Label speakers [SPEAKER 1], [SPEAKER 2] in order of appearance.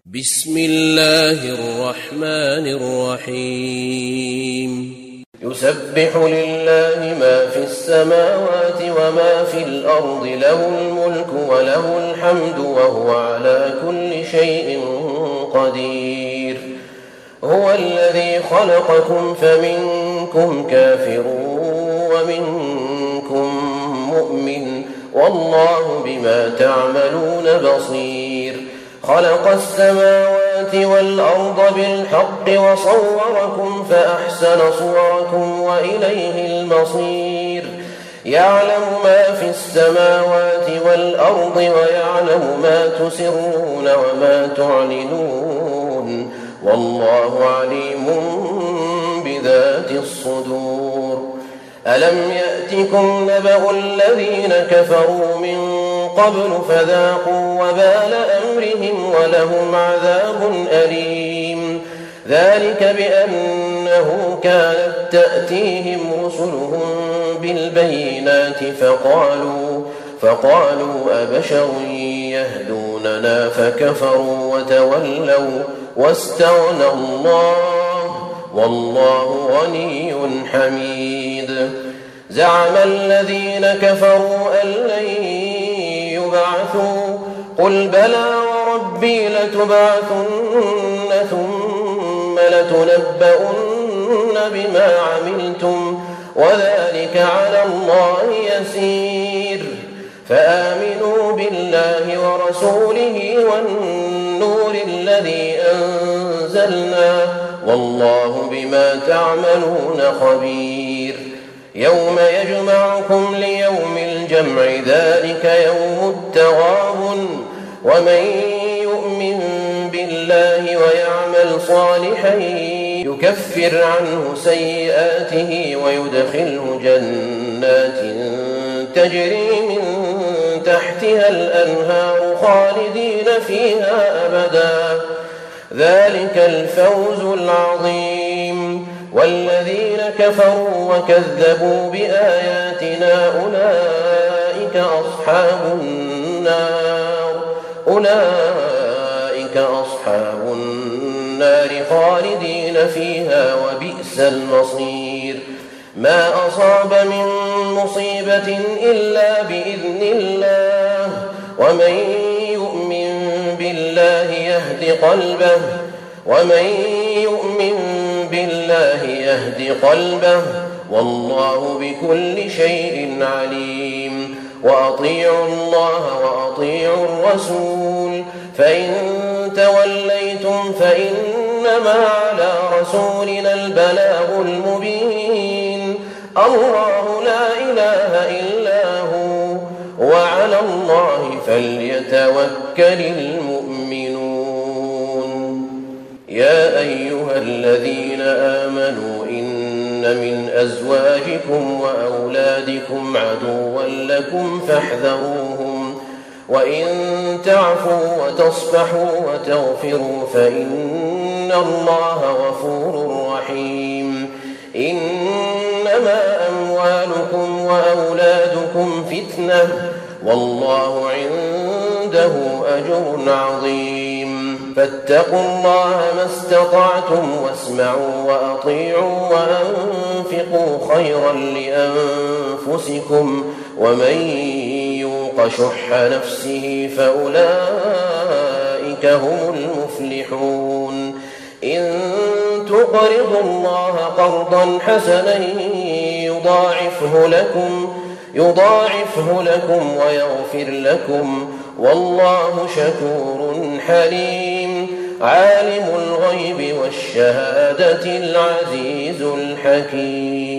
[SPEAKER 1] بسم الله الرحمن الرحيم
[SPEAKER 2] يسبح لله ما في السماوات وما في الأرض له الملك وله الحمد وهو على كل شيء قدير هو الذي خلقكم فمنكم كافر ومنكم مؤمن والله بما تعملون بصير خلق السماوات والأرض بالحق وصوركم فأحسن صوركم وإليه المصير يعلم ما في السماوات والأرض ويعلم ما تسرون وما تعلنون والله عليم بذات الصدور ألم يأتكم نبأ الذين كفروا من قبل فذاقوا وبال أمرهم ولهم عذاب أليم ذلك بأنه كانت تأتيهم رسلهم بالبينات فقالوا أبشر يهدوننا فكفروا وتولوا واستغنى الله والله غني حميد زعم الذين كفروا أن لن يبعثوا قل بلى وربي لتبعثن ثم لتنبؤن بما عملتم وذلك على الله يسير فآمنوا بالله ورسوله والنور الذي أنزلنا والله بما تعملون خبير يوم يجمعكم ليوم الجمع ذلك يوم التغابن ومن يؤمن بالله ويعمل صالحا يكفر عنه سيئاته ويدخله جنات تجري من تحتها الأنهار خالدين فيها أبدا ذلك الفوز العظيم والذين كفروا وكذبوا بآياتنا أولئك أصحاب النار خالدين فيها وبئس المصير ما أصاب من مصيبة إلا بإذن الله ومن يؤمن بالله يهد قلبه والله بكل شيء عليم وأطيعوا الله وأطيعوا الرسول فإن توليتم فإنما على رسولنا البلاغ المبين الله لا إله إلا هو وعلى الله فليتوكل المؤمنون يا أيها الذين آمنوا إن من أزواجكم وأولادكم عدوا لكم فاحذروهم وإن تعفوا وتصفحوا وتغفروا فإن الله غفور رحيم إنما أموالكم وأولادكم فتنة والله عنده أجر عظيم فاتقوا الله ما استطعتم واسمعوا وأطيعوا وأنفقوا خيرا لأنفسكم ومن يوق شح نفسه فأولئك هم المفلحون إن تقرضوا الله قرضا حسنا يضاعفه لكم ويغفر لكم والله شكور حليم عالم الغيب والشهادة العزيز الحكيم